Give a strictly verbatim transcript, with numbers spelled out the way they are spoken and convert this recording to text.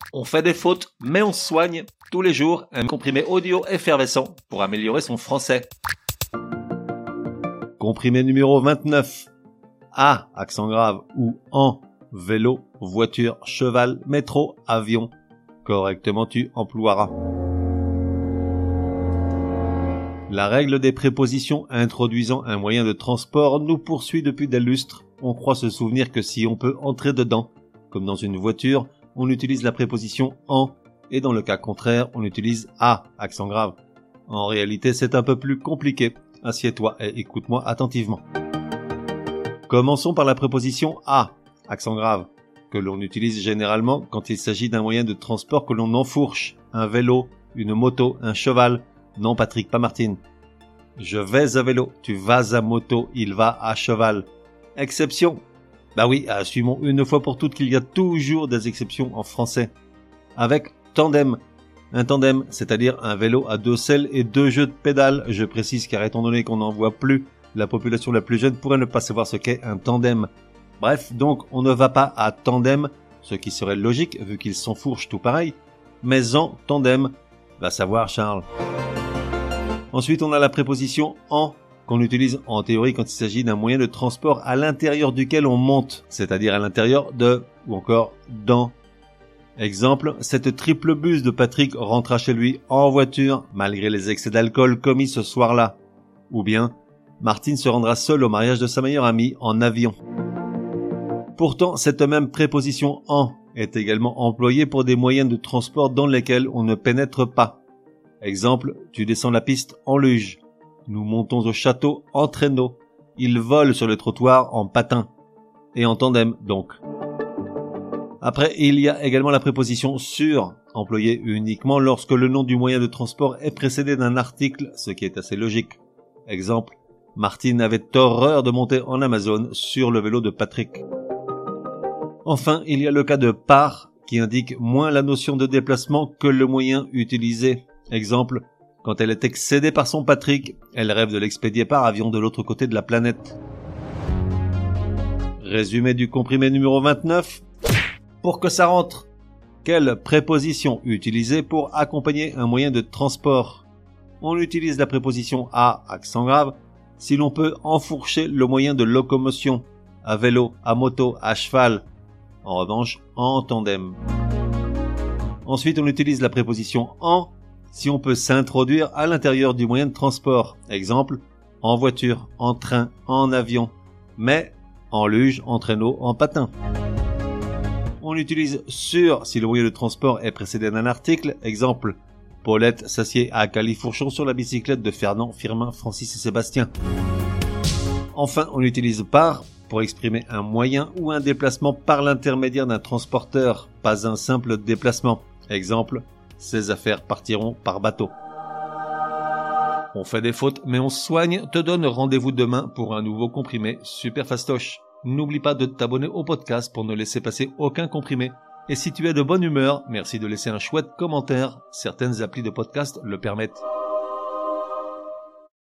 On fait des fautes, mais on soigne. Tous les jours, un comprimé audio effervescent pour améliorer son français. Comprimé numéro vingt-neuf. A, accent grave, ou en, vélo, voiture, cheval, métro, avion. Correctement tu emploieras. La règle des prépositions introduisant un moyen de transport nous poursuit depuis des lustres. On croit se souvenir que si on peut entrer dedans, comme dans une voiture, on utilise la préposition en, et dans le cas contraire, on utilise a, accent grave. En réalité, c'est un peu plus compliqué. Assieds-toi et écoute-moi attentivement. Commençons par la préposition a, accent grave, que l'on utilise généralement quand il s'agit d'un moyen de transport que l'on enfourche, un vélo, une moto, un cheval. Non Patrick, pas Martine. Je vais à vélo, tu vas à moto, il va à cheval. Exception. Bah oui, assumons une fois pour toutes qu'il y a toujours des exceptions en français. Avec tandem. Un tandem, c'est-à-dire un vélo à deux selles et deux jeux de pédales. Je précise car étant donné qu'on n'en voit plus, la population la plus jeune pourrait ne pas savoir ce qu'est un tandem. Bref, donc on ne va pas à tandem, ce qui serait logique vu qu'ils s'enfourchent tout pareil, mais en tandem. Va savoir Charles. Ensuite, on a la préposition en, qu'on utilise en théorie quand il s'agit d'un moyen de transport à l'intérieur duquel on monte, c'est-à-dire à l'intérieur de, ou encore dans. Exemple, cette triple buse de Patrick rentra chez lui en voiture, malgré les excès d'alcool commis ce soir-là. Ou bien, Martine se rendra seule au mariage de sa meilleure amie en avion. Pourtant, cette même préposition en est également employée pour des moyens de transport dans lesquels on ne pénètre pas. Exemple, tu descends la piste en luge. Nous montons au château en traîneau. Il vole sur le trottoir en patin. Et en tandem, donc. Après, il y a également la préposition sur, employée uniquement lorsque le nom du moyen de transport est précédé d'un article, ce qui est assez logique. Exemple, Martine avait horreur de monter en Amazon sur le vélo de Patrick. Enfin, il y a le cas de par, qui indique moins la notion de déplacement que le moyen utilisé. Exemple, quand elle est excédée par son Patrick, elle rêve de l'expédier par avion de l'autre côté de la planète. Résumé du comprimé numéro vingt-neuf. Pour que ça rentre, quelle préposition utiliser pour accompagner un moyen de transport? On utilise la préposition à, accent grave, si l'on peut enfourcher le moyen de locomotion, à vélo, à moto, à cheval. En revanche, en tandem. Ensuite, on utilise la préposition en si on peut s'introduire à l'intérieur du moyen de transport. Exemple, en voiture, en train, en avion, mais en luge, en traîneau, en patin. On utilise sur si le moyen de transport est précédé d'un article. Exemple, Paulette s'assied à Califourchon sur la bicyclette de Fernand, Firmin, Francis et Sébastien. Enfin, on utilise par pour exprimer un moyen ou un déplacement par l'intermédiaire d'un transporteur, pas un simple déplacement. Exemple, ces affaires partiront par bateau. On fait des fautes, mais on se soigne, te donne rendez-vous demain pour un nouveau comprimé super fastoche. N'oublie pas de t'abonner au podcast pour ne laisser passer aucun comprimé. Et si tu es de bonne humeur, merci de laisser un chouette commentaire. Certaines applis de podcast le permettent.